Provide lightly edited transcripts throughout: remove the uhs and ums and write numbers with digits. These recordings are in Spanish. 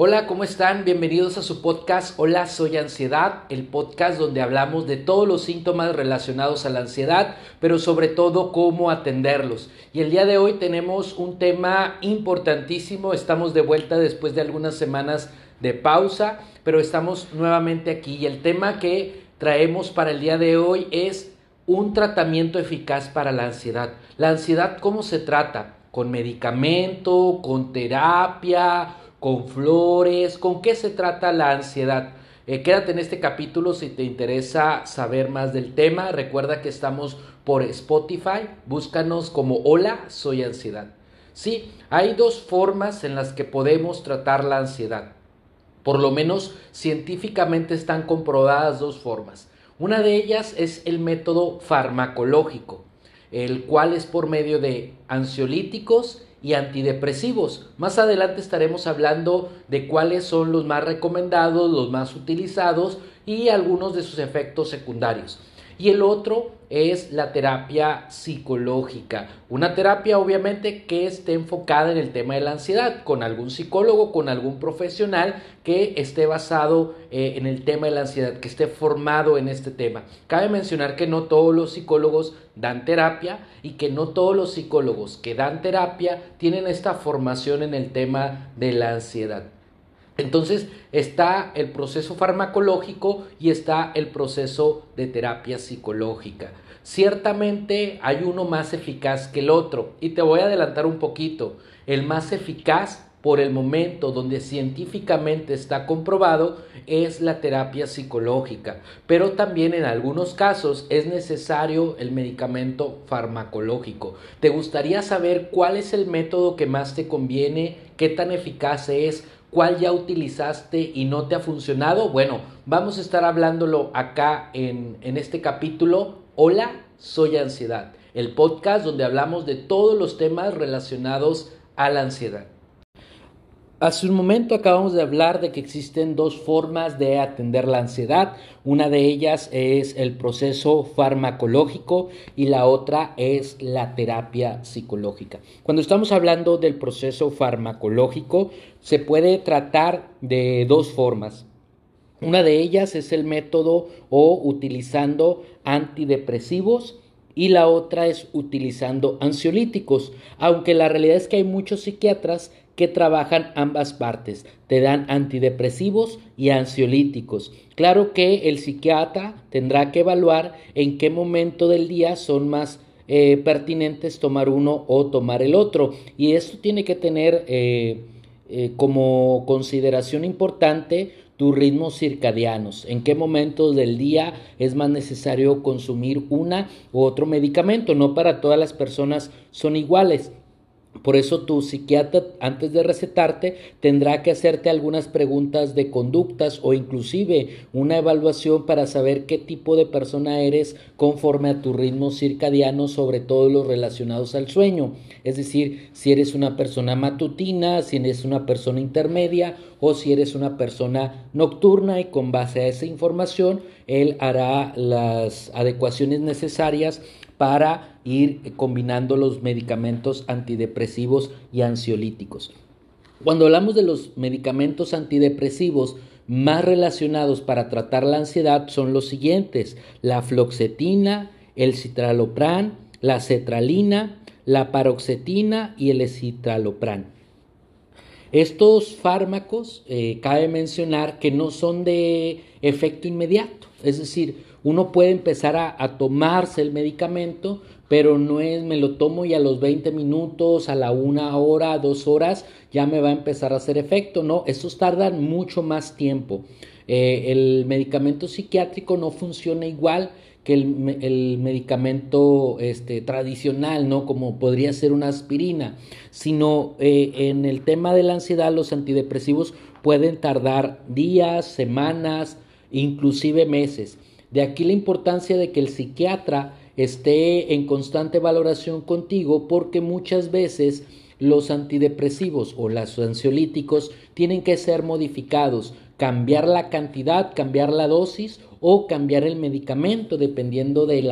Hola, ¿cómo están? Bienvenidos a su podcast Hola, soy Ansiedad, el podcast donde hablamos de todos los síntomas relacionados a la ansiedad, pero sobre todo cómo atenderlos. Y el día de hoy tenemos un tema importantísimo, estamos de vuelta después de algunas semanas de pausa, pero estamos nuevamente aquí y el tema que traemos para el día de hoy es un tratamiento eficaz para la ansiedad. La ansiedad, ¿cómo se trata? ¿Con medicamento? ¿Con terapia? ¿Con flores? ¿Con qué se trata la ansiedad? Quédate en este capítulo si te interesa saber más del tema. Recuerda que estamos por Spotify. Búscanos como Hola, soy Ansiedad. Sí, hay dos formas en las que podemos tratar la ansiedad. Por lo menos científicamente están comprobadas dos formas. Una de ellas es el método farmacológico, el cual es por medio de ansiolíticos y antidepresivos. Más adelante estaremos hablando de cuáles son los más recomendados, los más utilizados y algunos de sus efectos secundarios. Y el otro es la terapia psicológica, una terapia obviamente que esté enfocada en el tema de la ansiedad, con algún psicólogo, con algún profesional que esté basado en el tema de la ansiedad, que esté formado en este tema. Cabe mencionar que no todos los psicólogos dan terapia y que no todos los psicólogos que dan terapia tienen esta formación en el tema de la ansiedad. Entonces está el proceso farmacológico y está el proceso de terapia psicológica. Ciertamente hay uno más eficaz que el otro y te voy a adelantar un poquito. El más eficaz por el momento donde científicamente está comprobado es la terapia psicológica, pero también en algunos casos es necesario el medicamento farmacológico. ¿Te gustaría saber cuál es el método que más te conviene? ¿Qué tan eficaz es? ¿Cuál ya utilizaste y no te ha funcionado? Bueno, vamos a estar hablándolo acá en este capítulo. Hola, soy Ansiedad, el podcast donde hablamos de todos los temas relacionados a la ansiedad. Hace un momento acabamos de hablar de que existen dos formas de atender la ansiedad. Una de ellas es el proceso farmacológico y la otra es la terapia psicológica. Cuando estamos hablando del proceso farmacológico, se puede tratar de dos formas. Una de ellas es el método o utilizando antidepresivos y la otra es utilizando ansiolíticos, aunque la realidad es que hay muchos psiquiatras que trabajan ambas partes, te dan antidepresivos y ansiolíticos. Claro que el psiquiatra tendrá que evaluar en qué momento del día son más pertinentes tomar uno o tomar el otro, y esto tiene que tener como consideración importante tus ritmos circadianos, en qué momentos del día es más necesario consumir una u otro medicamento. No para todas las personas son iguales. Por eso tu psiquiatra, antes de recetarte, tendrá que hacerte algunas preguntas de conductas o inclusive una evaluación para saber qué tipo de persona eres conforme a tus ritmos circadianos, sobre todo los relacionados al sueño. Es decir, si eres una persona matutina, si eres una persona intermedia o si eres una persona nocturna, y con base a esa información él hará las adecuaciones necesarias para ir combinando los medicamentos antidepresivos y ansiolíticos. Cuando hablamos de los medicamentos antidepresivos más relacionados para tratar la ansiedad son los siguientes: la fluoxetina, el citalopram, la sertralina, la paroxetina y el escitalopram. Estos fármacos, cabe mencionar que no son de efecto inmediato, es decir, uno puede empezar a tomarse el medicamento, pero no es me lo tomo y a los 20 minutos, a la 1 hora, 2 horas, ya me va a empezar a hacer efecto. No, estos tardan mucho más tiempo. El medicamento psiquiátrico no funciona igual que el medicamento tradicional, ¿no? Como podría ser una aspirina, sino en el tema de la ansiedad, los antidepresivos pueden tardar días, semanas, inclusive meses. De aquí la importancia de que el psiquiatra esté en constante valoración contigo, porque muchas veces los antidepresivos o los ansiolíticos tienen que ser modificados, cambiar la cantidad, cambiar la dosis o cambiar el medicamento dependiendo de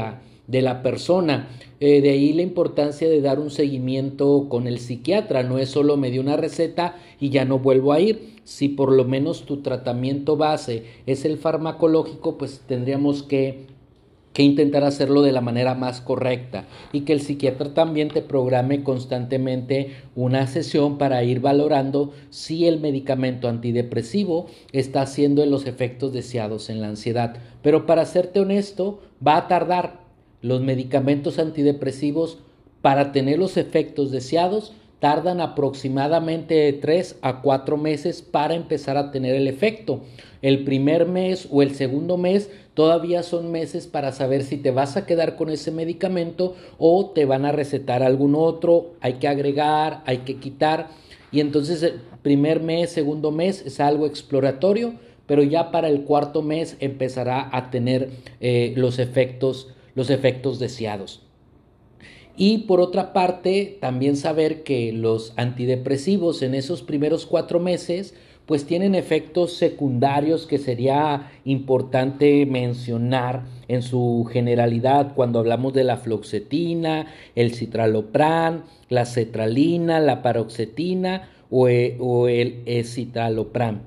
de la persona. De ahí la importancia de dar un seguimiento con el psiquiatra. No es solo me dio una receta y ya no vuelvo a ir. Si por lo menos tu tratamiento base es el farmacológico, pues tendríamos que intentar hacerlo de la manera más correcta y que el psiquiatra también te programe constantemente una sesión para ir valorando si el medicamento antidepresivo está haciendo los efectos deseados en la ansiedad. Pero para serte honesto, va a tardar. Los medicamentos antidepresivos, para tener los efectos deseados, tardan aproximadamente de 3 a 4 meses para empezar a tener el efecto. El primer mes o el segundo mes todavía son meses para saber si te vas a quedar con ese medicamento o te van a recetar algún otro, hay que agregar, hay que quitar, y entonces el primer mes, segundo mes es algo exploratorio, pero ya para el cuarto mes empezará a tener los efectos deseados. Y por otra parte, también saber que los antidepresivos en esos primeros 4 meses pues tienen efectos secundarios que sería importante mencionar en su generalidad cuando hablamos de la fluoxetina, el citalopram, la sertralina, la paroxetina o el escitalopram.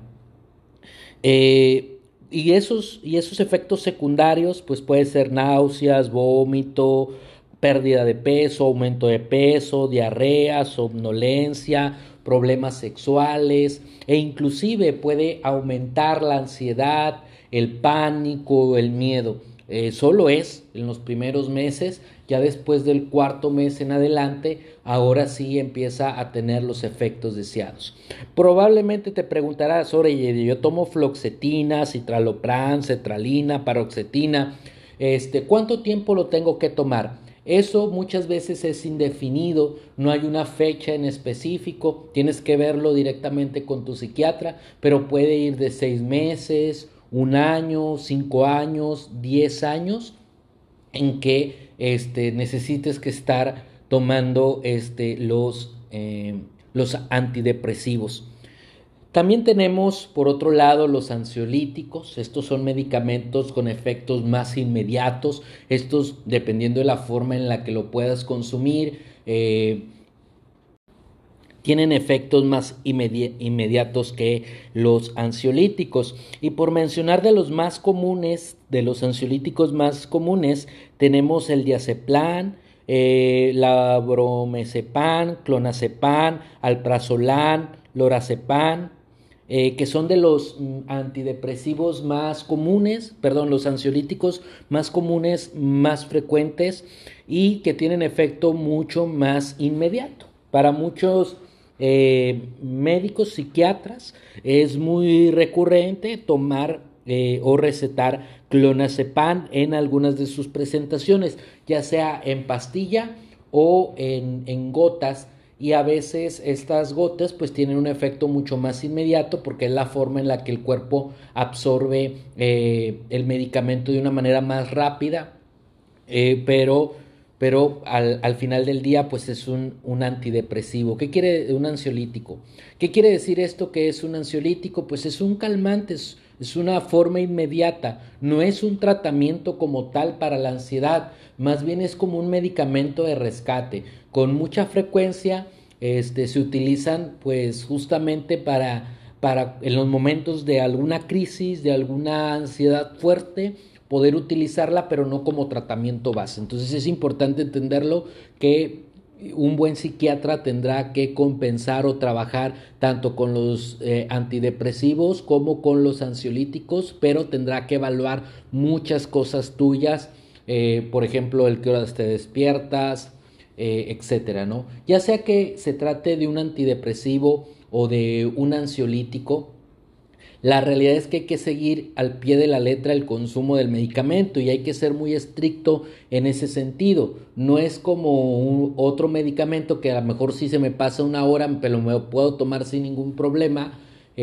Y esos efectos secundarios pues puede ser náuseas, vómito, pérdida de peso, aumento de peso, diarrea, somnolencia, problemas sexuales, e inclusive puede aumentar la ansiedad, el pánico, el miedo. Solo es en los primeros meses. Ya después del cuarto mes en adelante, ahora sí empieza a tener los efectos deseados. Probablemente te preguntarás, oye, yo tomo fluoxetina, citalopram, sertralina, paroxetina, ¿cuánto tiempo lo tengo que tomar? Eso muchas veces es indefinido, no hay una fecha en específico, tienes que verlo directamente con tu psiquiatra, pero puede ir de 6 meses, 1 año, 5 años, 10 años, en que necesites que estar tomando los antidepresivos. También tenemos, por otro lado, los ansiolíticos. Estos son medicamentos con efectos más inmediatos. Estos, dependiendo de la forma en la que lo puedas consumir, tienen efectos más inmediatos que los ansiolíticos. Y por mencionar de los más comunes, de los ansiolíticos más comunes, tenemos el diazepam, la bromazepam, clonazepam, alprazolam, lorazepam, que son de los antidepresivos más comunes, los ansiolíticos más comunes, más frecuentes y que tienen efecto mucho más inmediato. Para muchos médicos, psiquiatras, es muy recurrente tomar o recetar clonazepam en algunas de sus presentaciones, ya sea en pastilla o en gotas. Y a veces estas gotas pues tienen un efecto mucho más inmediato porque es la forma en la que el cuerpo absorbe el medicamento de una manera más rápida, pero al final del día pues es un antidepresivo. Un ansiolítico? ¿Qué quiere decir esto que es un ansiolítico? Pues es un calmante, es una forma inmediata, no es un tratamiento como tal para la ansiedad, más bien es como un medicamento de rescate. Con mucha frecuencia se utilizan pues justamente para en los momentos de alguna crisis, de alguna ansiedad fuerte, poder utilizarla, pero no como tratamiento base. Entonces es importante entenderlo, que un buen psiquiatra tendrá que compensar o trabajar tanto con los antidepresivos como con los ansiolíticos, pero tendrá que evaluar muchas cosas tuyas, por ejemplo, el que horas te despiertas, etcétera, ¿no? Ya sea que se trate de un antidepresivo o de un ansiolítico, la realidad es que hay que seguir al pie de la letra el consumo del medicamento y hay que ser muy estricto en ese sentido. No es como otro medicamento que a lo mejor si se me pasa 1 hora, pero me lo puedo tomar sin ningún problema.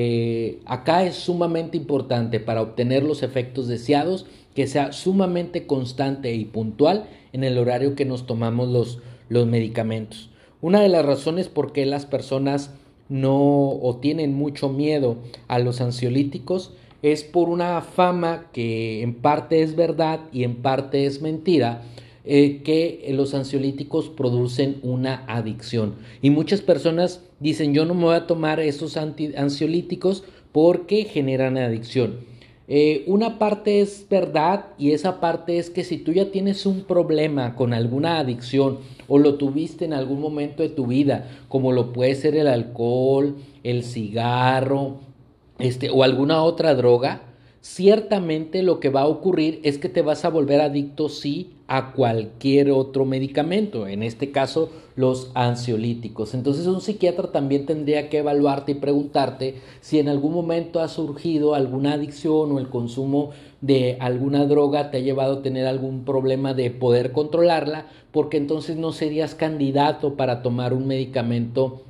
Acá es sumamente importante para obtener los efectos deseados que sea sumamente constante y puntual en el horario que nos tomamos los medicamentos. Una de las razones por qué las personas no o tienen mucho miedo a los ansiolíticos es por una fama que en parte es verdad y en parte es mentira, que los ansiolíticos producen una adicción. Y muchas personas dicen, yo no me voy a tomar esos ansiolíticos porque generan adicción. Una parte es verdad y esa parte es que si tú ya tienes un problema con alguna adicción o lo tuviste en algún momento de tu vida, como lo puede ser el alcohol, el cigarro, o alguna otra droga, ciertamente lo que va a ocurrir es que te vas a volver adicto sí a cualquier otro medicamento, en este caso los ansiolíticos. Entonces un psiquiatra también tendría que evaluarte y preguntarte si en algún momento ha surgido alguna adicción o el consumo de alguna droga te ha llevado a tener algún problema de poder controlarla, porque entonces no serías candidato para tomar un medicamento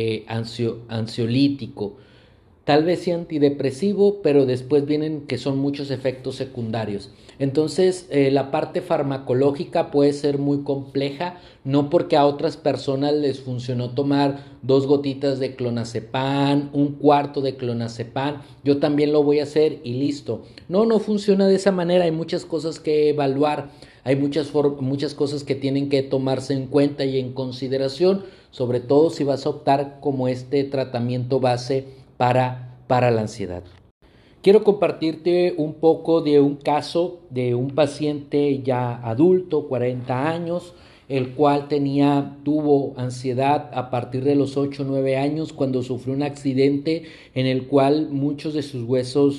ansiolítico. Tal vez sí antidepresivo, pero después vienen que son muchos efectos secundarios. Entonces, la parte farmacológica puede ser muy compleja, no porque a otras personas les funcionó tomar 2 gotitas de clonazepam, 1/4 de clonazepam, yo también lo voy a hacer y listo. No, no funciona de esa manera, hay muchas cosas que evaluar, hay muchas cosas que tienen que tomarse en cuenta y en consideración, sobre todo si vas a optar como este tratamiento base para la ansiedad. Quiero compartirte un poco de un caso de un paciente ya adulto, 40 años, el cual tuvo ansiedad a partir de los 8 o 9 años cuando sufrió un accidente en el cual muchos de sus huesos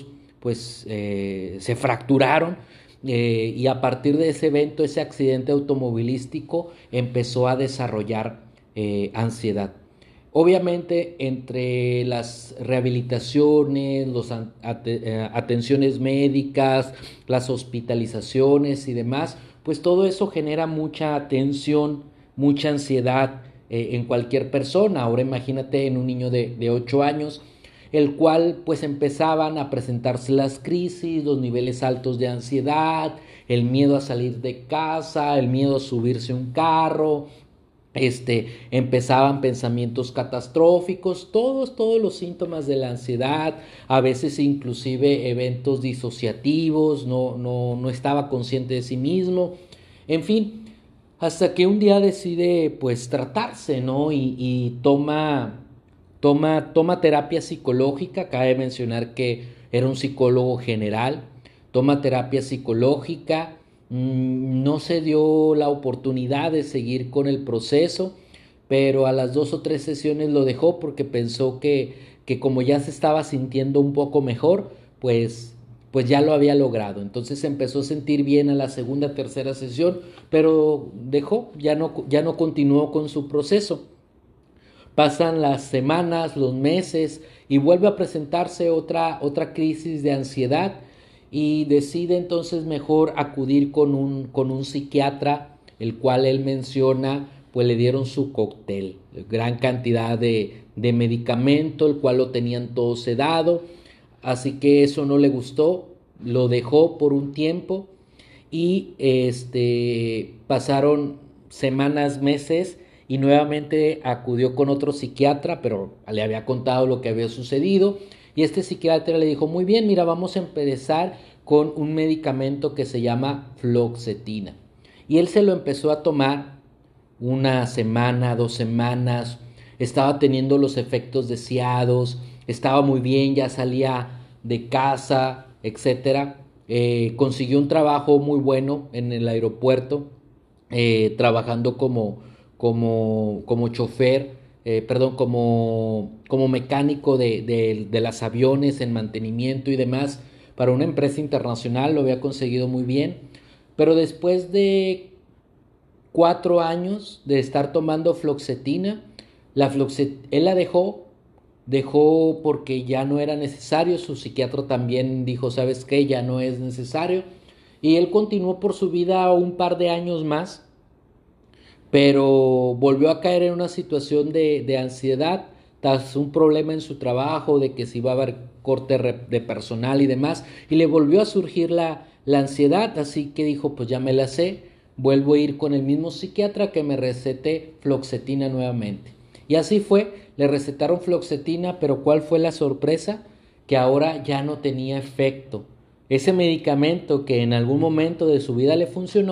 se fracturaron. Y a partir de ese evento, ese accidente automovilístico, empezó a desarrollar ansiedad. Obviamente entre las rehabilitaciones, atenciones médicas, las hospitalizaciones y demás, pues todo eso genera mucha tensión, mucha ansiedad en cualquier persona. Ahora imagínate en un niño de 8 años, el cual pues empezaban a presentarse las crisis, los niveles altos de ansiedad, el miedo a salir de casa, el miedo a subirse a un carro. Empezaban pensamientos catastróficos, todos los síntomas de la ansiedad, a veces inclusive eventos disociativos, no estaba consciente de sí mismo, en fin, hasta que un día decide pues tratarse, ¿no? Y toma terapia psicológica. Cabe mencionar que era un psicólogo general, toma terapia psicológica. No se dio la oportunidad de seguir con el proceso, pero a las 2 o 3 sesiones lo dejó porque pensó que como ya se estaba sintiendo un poco mejor, pues ya lo había logrado. Entonces empezó a sentir bien a la segunda, tercera sesión, pero dejó, ya no continuó con su proceso. Pasan las semanas, los meses y vuelve a presentarse otra crisis de ansiedad y decide entonces mejor acudir con un psiquiatra, el cual él menciona, pues le dieron su cóctel, gran cantidad de medicamento, el cual lo tenían todo sedado, así que eso no le gustó, lo dejó por un tiempo y pasaron semanas, meses y nuevamente acudió con otro psiquiatra, pero le había contado lo que había sucedido. Y este psiquiatra le dijo, muy bien, mira, vamos a empezar con un medicamento que se llama fluoxetina. Y él se lo empezó a tomar 1 semana, 2 semanas, estaba teniendo los efectos deseados, estaba muy bien, ya salía de casa, etcétera. Consiguió un trabajo muy bueno en el aeropuerto, trabajando como chofer, como mecánico de los aviones en mantenimiento y demás para una empresa internacional. Lo había conseguido muy bien, pero después de 4 años de estar tomando fluoxetina, él la dejó porque ya no era necesario. Su psiquiatra también dijo, ¿sabes qué? Ya no es necesario. Y él continuó por su vida un par de años más, pero volvió a caer en una situación de ansiedad tras un problema en su trabajo, de que se iba a haber corte de personal y demás, y le volvió a surgir la ansiedad, así que dijo, pues ya me la sé, vuelvo a ir con el mismo psiquiatra que me recete fluoxetina nuevamente. Y así fue, le recetaron fluoxetina, pero ¿cuál fue la sorpresa? Que ahora ya no tenía efecto. Ese medicamento que en algún momento de su vida le funcionó,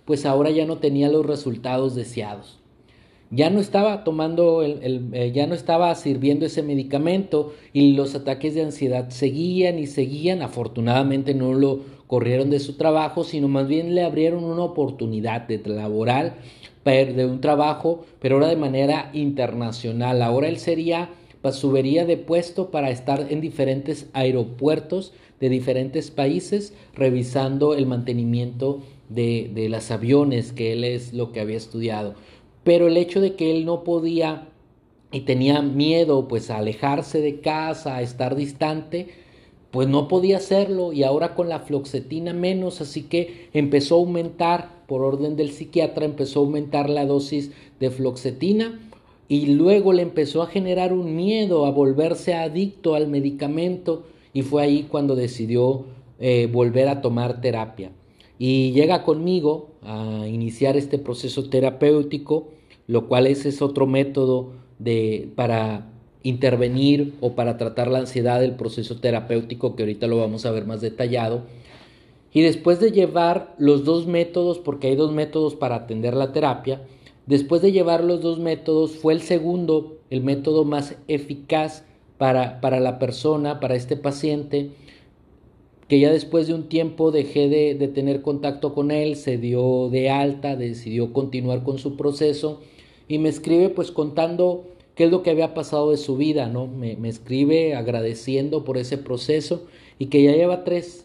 pues ahora ya no tenía los resultados deseados. Ya no estaba tomando, ya no estaba sirviendo ese medicamento y los ataques de ansiedad seguían y seguían. Afortunadamente no lo corrieron de su trabajo, sino más bien le abrieron una oportunidad de laboral, de un trabajo, pero ahora de manera internacional. Ahora él subiría de puesto para estar en diferentes aeropuertos de diferentes países revisando el mantenimiento de los aviones, que él es lo que había estudiado. Pero el hecho de que él no podía y tenía miedo pues a alejarse de casa, a estar distante, pues no podía hacerlo, y ahora con la fluoxetina menos, así que empezó a aumentar, por orden del psiquiatra, empezó a aumentar la dosis de fluoxetina y luego le empezó a generar un miedo a volverse adicto al medicamento, y fue ahí cuando decidió volver a tomar terapia. Y llega conmigo a iniciar este proceso terapéutico, lo cual es otro método para intervenir o para tratar la ansiedad, del proceso terapéutico, que ahorita lo vamos a ver más detallado. Y después de llevar los dos métodos, porque hay dos métodos para atender la terapia, después de llevar los dos métodos, fue el segundo, el método más eficaz para la persona, para este paciente, que ya después de un tiempo dejé de tener contacto con él, se dio de alta, decidió continuar con su proceso y me escribe pues contando qué es lo que había pasado de su vida, ¿no? Me escribe agradeciendo por ese proceso, y que ya lleva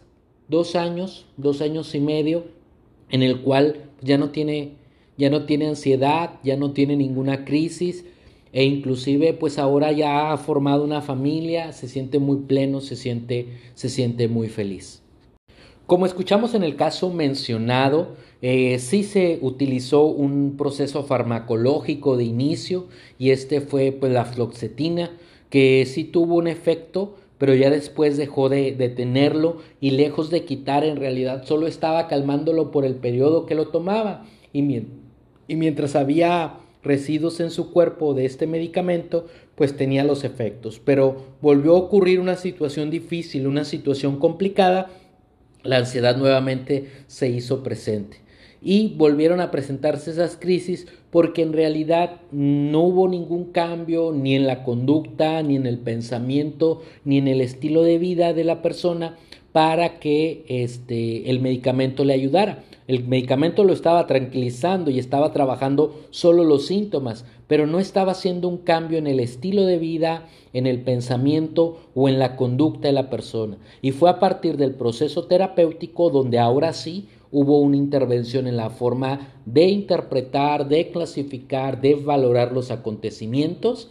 2 años y medio, en el cual ya no tiene ansiedad, ya no tiene ninguna crisis, e inclusive pues ahora ya ha formado una familia, se siente muy pleno, se siente muy feliz. Como escuchamos en el caso mencionado, sí se utilizó un proceso farmacológico de inicio, y este fue pues la fluoxetina, que sí tuvo un efecto, pero ya después dejó de tenerlo, y lejos de quitar, en realidad solo estaba calmándolo por el periodo que lo tomaba, y mientras había residuos en su cuerpo de este medicamento, pues tenía los efectos. Pero volvió a ocurrir una situación difícil, una situación complicada, la ansiedad nuevamente se hizo presente. Y volvieron a presentarse esas crisis porque en realidad no hubo ningún cambio ni en la conducta, ni en el pensamiento, ni en el estilo de vida de la persona para que el medicamento le ayudara. El medicamento lo estaba tranquilizando y estaba trabajando solo los síntomas, pero no estaba haciendo un cambio en el estilo de vida, en el pensamiento o en la conducta de la persona. Y fue a partir del proceso terapéutico donde ahora sí hubo una intervención en la forma de interpretar, de clasificar, de valorar los acontecimientos,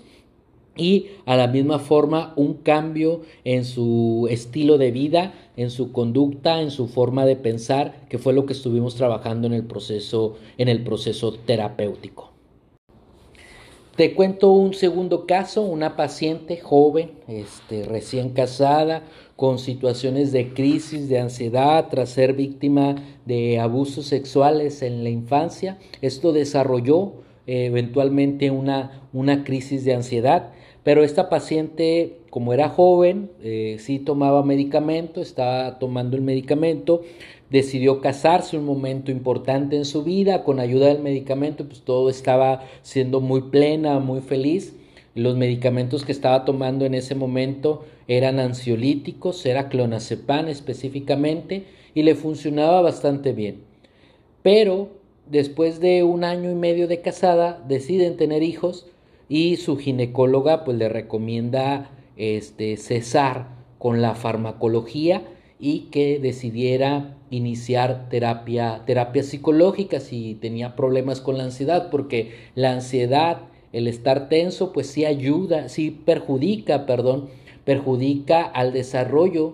y a la misma forma un cambio en su estilo de vida, en su conducta, en su forma de pensar, que fue lo que estuvimos trabajando en el proceso terapéutico. Te cuento un segundo caso, una paciente joven, recién casada, con situaciones de crisis, de ansiedad, tras ser víctima de abusos sexuales en la infancia. Esto desarrolló eventualmente una crisis de ansiedad, pero esta paciente, como era joven, sí tomaba medicamento, estaba tomando el medicamento, decidió casarse, un momento importante en su vida, con ayuda del medicamento, pues todo estaba siendo muy plena, muy feliz. Los medicamentos que estaba tomando en ese momento eran ansiolíticos, era clonazepam específicamente, y le funcionaba bastante bien. Pero después de 1 año y medio de casada, deciden tener hijos, y su ginecóloga pues le recomienda cesar con la farmacología y que decidiera iniciar terapia psicológica si tenía problemas con la ansiedad, porque la ansiedad, el estar tenso, pues sí perjudica al desarrollo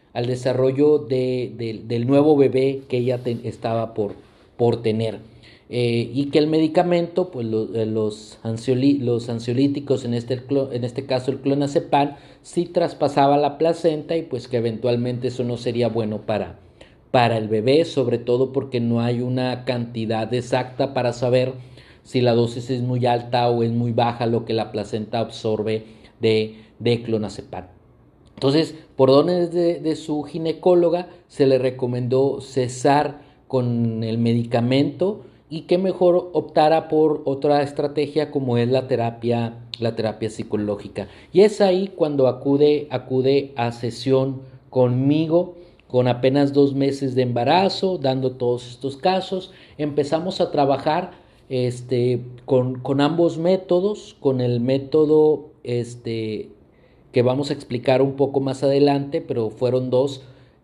del nuevo bebé que ella estaba por tener. Y que el medicamento, pues los ansiolíticos, en este caso el clonazepam, sí traspasaba la placenta, y pues que eventualmente eso no sería bueno para el bebé, sobre todo porque no hay una cantidad exacta para saber si la dosis es muy alta o es muy baja lo que la placenta absorbe de clonazepam. Entonces, por órdenes de su ginecóloga, se le recomendó cesar con el medicamento y que mejor optara por otra estrategia como es la terapia psicológica. Y es ahí cuando acude a sesión conmigo con apenas 2 meses de embarazo, dando todos estos casos. Empezamos a trabajar con ambos métodos, con el método que vamos a explicar un poco más adelante, pero fueron dos.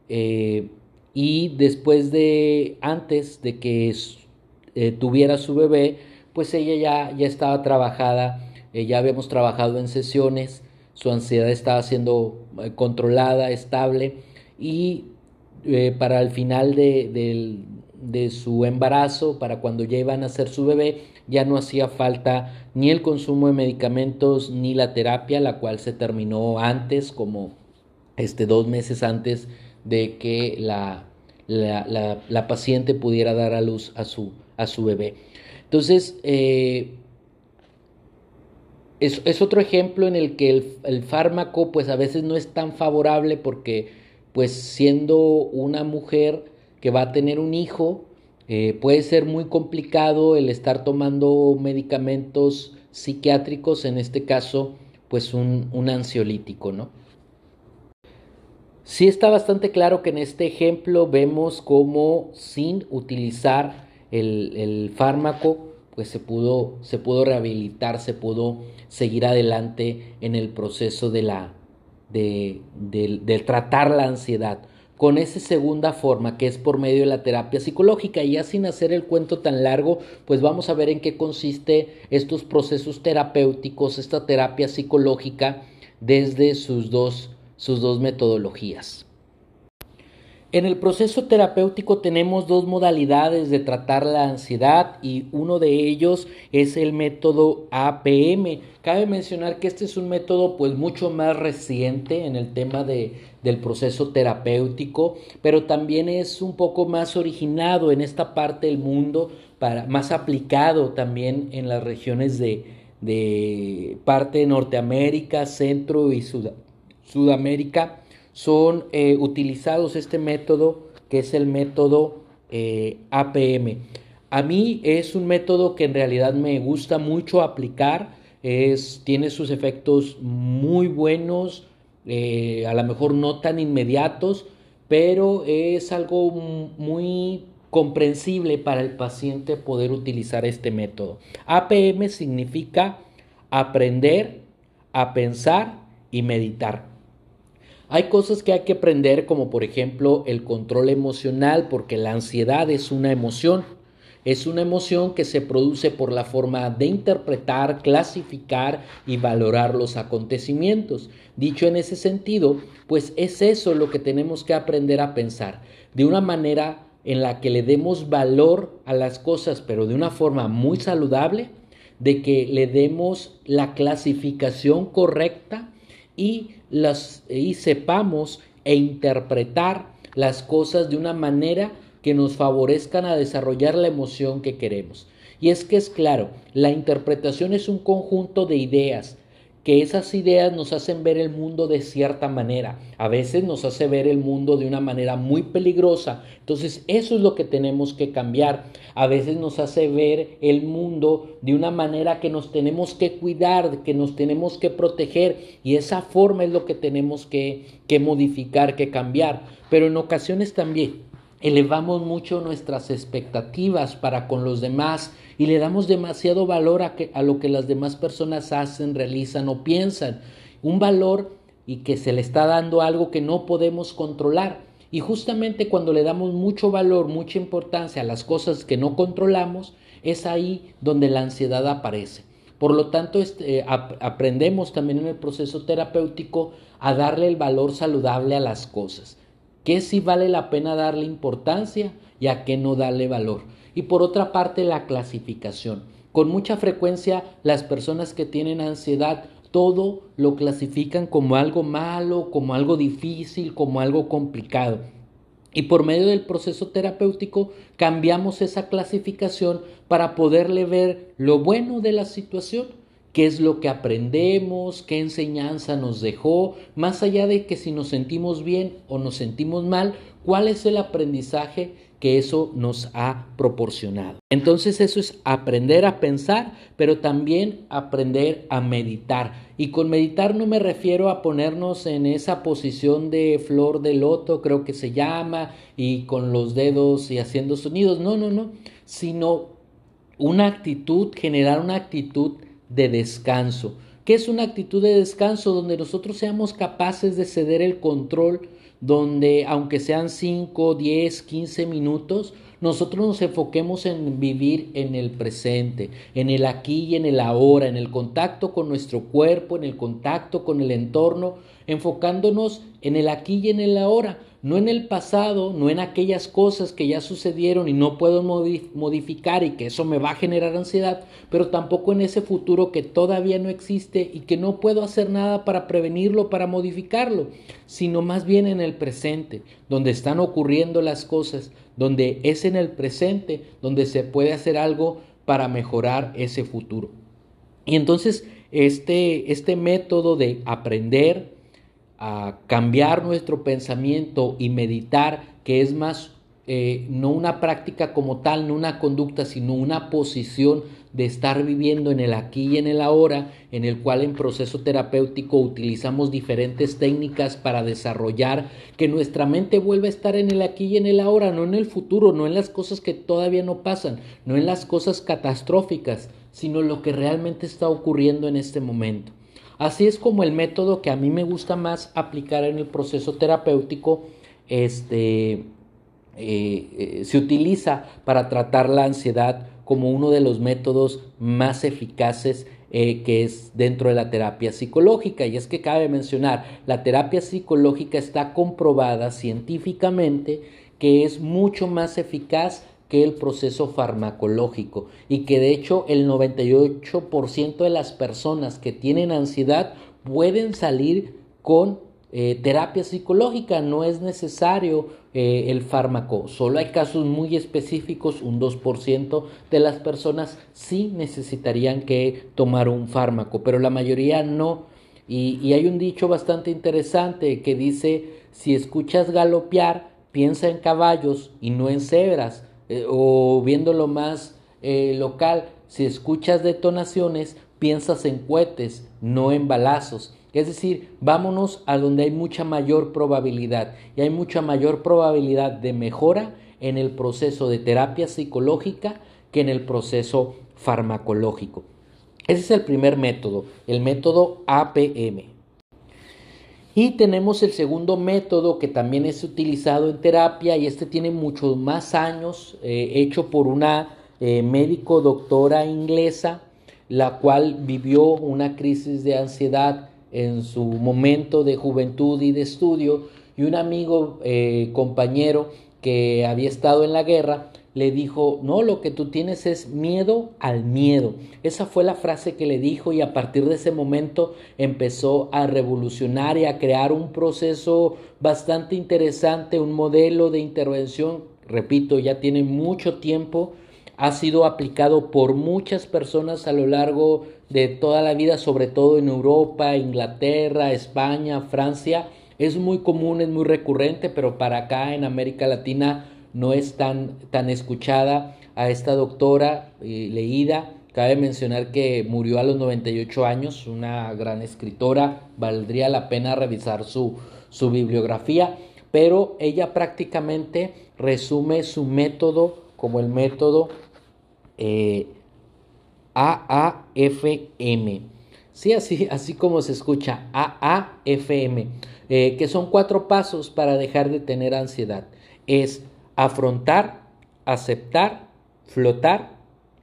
Y antes de que tuviera su bebé, pues ella ya estaba trabajada, ya habíamos trabajado en sesiones, su ansiedad estaba siendo controlada, estable, y para el final de su embarazo, para cuando ya iban a hacer su bebé, ya no hacía falta ni el consumo de medicamentos ni la terapia, la cual se terminó antes, como 2 meses antes de que la paciente pudiera dar a luz a su bebé. Entonces, es otro ejemplo en el que el fármaco pues a veces no es tan favorable porque pues siendo una mujer que va a tener un hijo, puede ser muy complicado el estar tomando medicamentos psiquiátricos, en este caso pues un ansiolítico, ¿no? Sí está bastante claro que en este ejemplo vemos cómo sin utilizar el fármaco pues se pudo rehabilitar, se pudo seguir adelante en el proceso de tratar la ansiedad con esa segunda forma que es por medio de la terapia psicológica. Y ya sin hacer el cuento tan largo, pues vamos a ver en qué consiste estos procesos terapéuticos, esta terapia psicológica desde sus dos metodologías. En el proceso terapéutico tenemos dos modalidades de tratar la ansiedad y uno de ellos es el método APM. Cabe mencionar que este es un método pues mucho más reciente en el tema del proceso terapéutico, pero también es un poco más originado en esta parte del mundo, más aplicado también en las regiones de parte de Norteamérica, Centro y Sudamérica. Son utilizados este método que es el método APM. A mí es un método que en realidad me gusta mucho aplicar, tiene sus efectos muy buenos, a lo mejor no tan inmediatos, pero es algo muy comprensible para el paciente poder utilizar este método. APM significa aprender a pensar y meditar. Hay cosas que hay que aprender, como por ejemplo el control emocional, porque la ansiedad es una emoción. Es una emoción que se produce por la forma de interpretar, clasificar y valorar los acontecimientos. Dicho en ese sentido, pues es eso lo que tenemos que aprender a pensar, de una manera en la que le demos valor a las cosas, pero de una forma muy saludable, de que le demos la clasificación correcta y sepamos interpretar las cosas de una manera que nos favorezcan a desarrollar la emoción que queremos. Y es que es claro, la interpretación es un conjunto de ideas, que esas ideas nos hacen ver el mundo de cierta manera. A veces nos hace ver el mundo de una manera muy peligrosa. Entonces eso es lo que tenemos que cambiar. A veces nos hace ver el mundo de una manera que nos tenemos que cuidar, que nos tenemos que proteger. Y esa forma es lo que tenemos que modificar, que cambiar. Pero en ocasiones también elevamos mucho nuestras expectativas para con los demás y le damos demasiado valor a lo que las demás personas hacen, realizan o piensan. Un valor y que se le está dando algo que no podemos controlar. Y justamente cuando le damos mucho valor, mucha importancia a las cosas que no controlamos, es ahí donde la ansiedad aparece. Por lo tanto, aprendemos también en el proceso terapéutico a darle el valor saludable a las cosas. ¿Qué sí vale la pena darle importancia y a qué no darle valor? Y por otra parte, la clasificación. Con mucha frecuencia, las personas que tienen ansiedad, todo lo clasifican como algo malo, como algo difícil, como algo complicado. Y por medio del proceso terapéutico cambiamos esa clasificación para poderle ver lo bueno de la situación, qué es lo que aprendemos, qué enseñanza nos dejó, más allá de que si nos sentimos bien o nos sentimos mal, cuál es el aprendizaje que eso nos ha proporcionado. Entonces eso es aprender a pensar, pero también aprender a meditar. Y con meditar no me refiero a ponernos en esa posición de flor de loto, creo que se llama, y con los dedos y haciendo sonidos, no, sino una actitud, generar una actitud de descanso. ¿Qué es una actitud de descanso? Donde nosotros seamos capaces de ceder el control, donde aunque sean 5, 10, 15 minutos, nosotros nos enfoquemos en vivir en el presente, en el aquí y en el ahora, en el contacto con nuestro cuerpo, en el contacto con el entorno, enfocándonos en el aquí y en el ahora, no en el pasado, no en aquellas cosas que ya sucedieron y no puedo modificar y que eso me va a generar ansiedad, pero tampoco en ese futuro que todavía no existe y que no puedo hacer nada para prevenirlo, para modificarlo, sino más bien en el presente, donde están ocurriendo las cosas, donde es en el presente donde se puede hacer algo para mejorar ese futuro. Y entonces este método de aprender a cambiar nuestro pensamiento y meditar, que es más no una práctica como tal, no una conducta, sino una posición de estar viviendo en el aquí y en el ahora, en el cual en proceso terapéutico utilizamos diferentes técnicas para desarrollar que nuestra mente vuelva a estar en el aquí y en el ahora, no en el futuro, no en las cosas que todavía no pasan, no en las cosas catastróficas, sino lo que realmente está ocurriendo en este momento. Así es como el método que a mí me gusta más aplicar en el proceso terapéutico se utiliza para tratar la ansiedad como uno de los métodos más eficaces que es dentro de la terapia psicológica. Y es que cabe mencionar, la terapia psicológica está comprobada científicamente que es mucho más eficaz que el proceso farmacológico y que de hecho el 98% de las personas que tienen ansiedad pueden salir con terapia psicológica, no es necesario el fármaco, solo hay casos muy específicos, un 2% de las personas sí necesitarían que tomar un fármaco, pero la mayoría no. Y hay un dicho bastante interesante que dice, si escuchas galopear, piensa en caballos y no en cebras. O viéndolo más local, si escuchas detonaciones, piensas en cohetes, no en balazos. Es decir, vámonos a donde hay mucha mayor probabilidad, y hay mucha mayor probabilidad de mejora en el proceso de terapia psicológica que en el proceso farmacológico. Ese es el primer método, el método APM. Y tenemos el segundo método que también es utilizado en terapia, y este tiene muchos más años, hecho por una médico doctora inglesa, la cual vivió una crisis de ansiedad en su momento de juventud y de estudio, y un amigo compañero que había estado en la guerra le dijo, no, lo que tú tienes es miedo al miedo. Esa fue la frase que le dijo, y a partir de ese momento empezó a revolucionar y a crear un proceso bastante interesante, un modelo de intervención, repito, ya tiene mucho tiempo, ha sido aplicado por muchas personas a lo largo de toda la vida, sobre todo en Europa, Inglaterra, España, Francia. Es muy común, es muy recurrente, pero para acá en América Latina no es tan escuchada a esta doctora leída. Cabe mencionar que murió a los 98 años, una gran escritora, valdría la pena revisar su bibliografía, pero ella prácticamente resume su método como el método AAFM. Sí, así como se escucha, AAFM, que son 4 pasos para dejar de tener ansiedad. Es afrontar, aceptar, flotar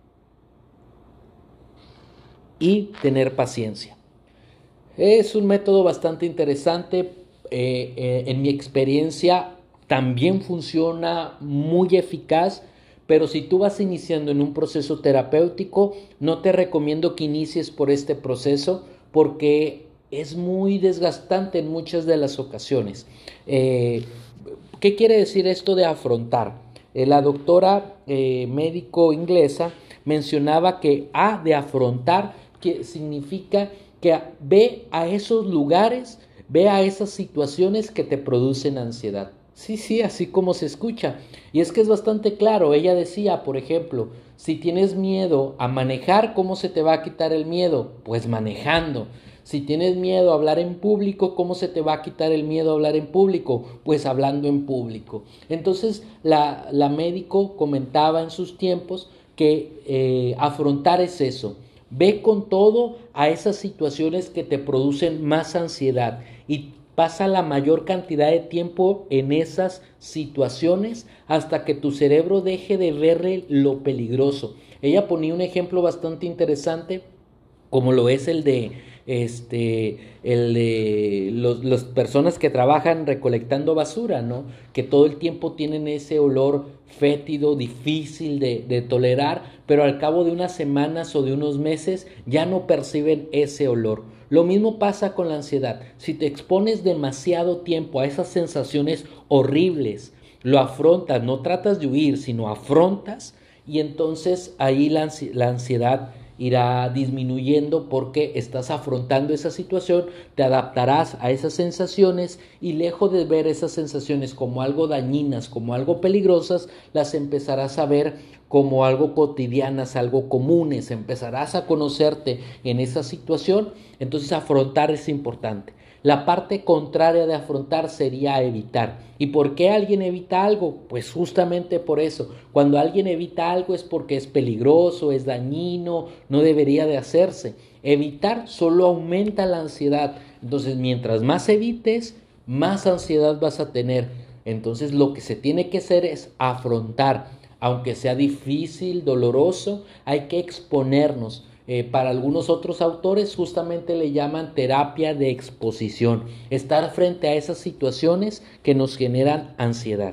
y tener paciencia. Es un método bastante interesante. En mi experiencia también funciona muy eficaz, pero si tú vas iniciando en un proceso terapéutico, no te recomiendo que inicies por este proceso porque es muy desgastante en muchas de las ocasiones. ¿Qué quiere decir esto de afrontar? La doctora médico inglesa mencionaba que de afrontar que significa que ve a esos lugares, ve a esas situaciones que te producen ansiedad. Sí, así como se escucha. Y es que es bastante claro. Ella decía, por ejemplo, si tienes miedo a manejar, ¿cómo se te va a quitar el miedo? Pues manejando. Si tienes miedo a hablar en público, ¿cómo se te va a quitar el miedo a hablar en público? Pues hablando en público. Entonces la médico comentaba en sus tiempos que afrontar es eso. Ve con todo a esas situaciones que te producen más ansiedad y pasa la mayor cantidad de tiempo en esas situaciones hasta que tu cerebro deje de verle lo peligroso. Ella ponía un ejemplo bastante interesante, como lo es las personas que trabajan recolectando basura, ¿no? Que todo el tiempo tienen ese olor fétido, difícil de tolerar, pero al cabo de unas semanas o de unos meses ya no perciben ese olor. Lo mismo pasa con la ansiedad. Si te expones demasiado tiempo a esas sensaciones horribles, lo afrontas, no tratas de huir, sino afrontas, y entonces ahí la ansiedad irá disminuyendo porque estás afrontando esa situación, te adaptarás a esas sensaciones y lejos de ver esas sensaciones como algo dañinas, como algo peligrosas, las empezarás a ver como algo cotidianas, algo comunes, empezarás a conocerte en esa situación, entonces afrontar es importante. La parte contraria de afrontar sería evitar. ¿Y por qué alguien evita algo? Pues justamente por eso. Cuando alguien evita algo es porque es peligroso, es dañino, no debería de hacerse. Evitar solo aumenta la ansiedad. Entonces, mientras más evites, más ansiedad vas a tener. Entonces, lo que se tiene que hacer es afrontar. Aunque sea difícil, doloroso, hay que exponernos. Para algunos otros autores justamente le llaman terapia de exposición, estar frente a esas situaciones que nos generan ansiedad.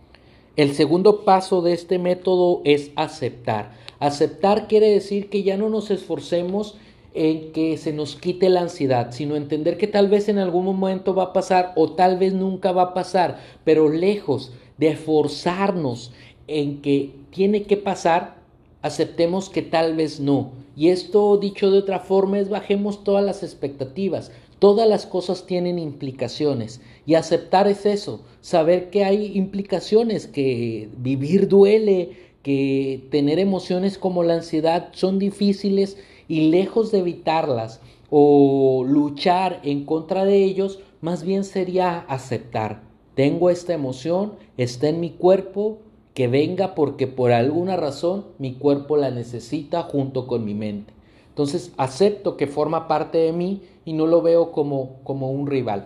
El segundo paso de este método es aceptar. Aceptar quiere decir que ya no nos esforcemos en que se nos quite la ansiedad, sino entender que tal vez en algún momento va a pasar o tal vez nunca va a pasar, pero lejos de forzarnos en que tiene que pasar, aceptemos que tal vez no. Y esto, dicho de otra forma, es bajemos todas las expectativas. Todas las cosas tienen implicaciones y aceptar es eso, saber que hay implicaciones, que vivir duele, que tener emociones como la ansiedad son difíciles y lejos de evitarlas o luchar en contra de ellos, más bien sería aceptar. Tengo esta emoción, está en mi cuerpo, que venga porque por alguna razón mi cuerpo la necesita junto con mi mente. Entonces acepto que forma parte de mí y no lo veo como un rival.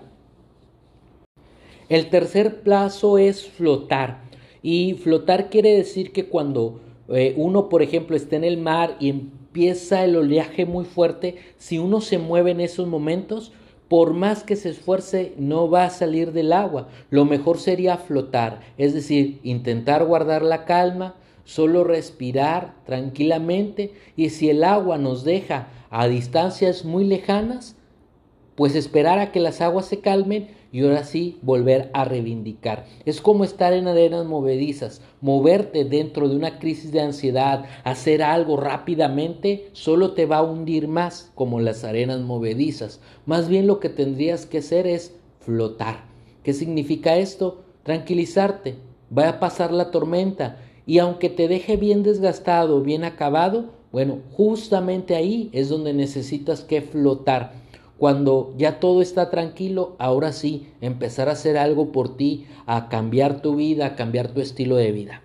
El tercer paso es flotar. Y flotar quiere decir que cuando uno, por ejemplo, está en el mar y empieza el oleaje muy fuerte, si uno se mueve en esos momentos, por más que se esfuerce, no va a salir del agua. Lo mejor sería flotar, es decir, intentar guardar la calma, solo respirar tranquilamente y si el agua nos deja a distancias muy lejanas, pues esperar a que las aguas se calmen y ahora sí volver a reivindicar. Es como estar en arenas movedizas, moverte dentro de una crisis de ansiedad, hacer algo rápidamente, solo te va a hundir más como las arenas movedizas. Más bien lo que tendrías que hacer es flotar. ¿Qué significa esto? Tranquilizarte, va a pasar la tormenta y aunque te deje bien desgastado, bien acabado, bueno, justamente ahí es donde necesitas que flotar. Cuando ya todo está tranquilo, ahora sí, empezar a hacer algo por ti, a cambiar tu vida, a cambiar tu estilo de vida.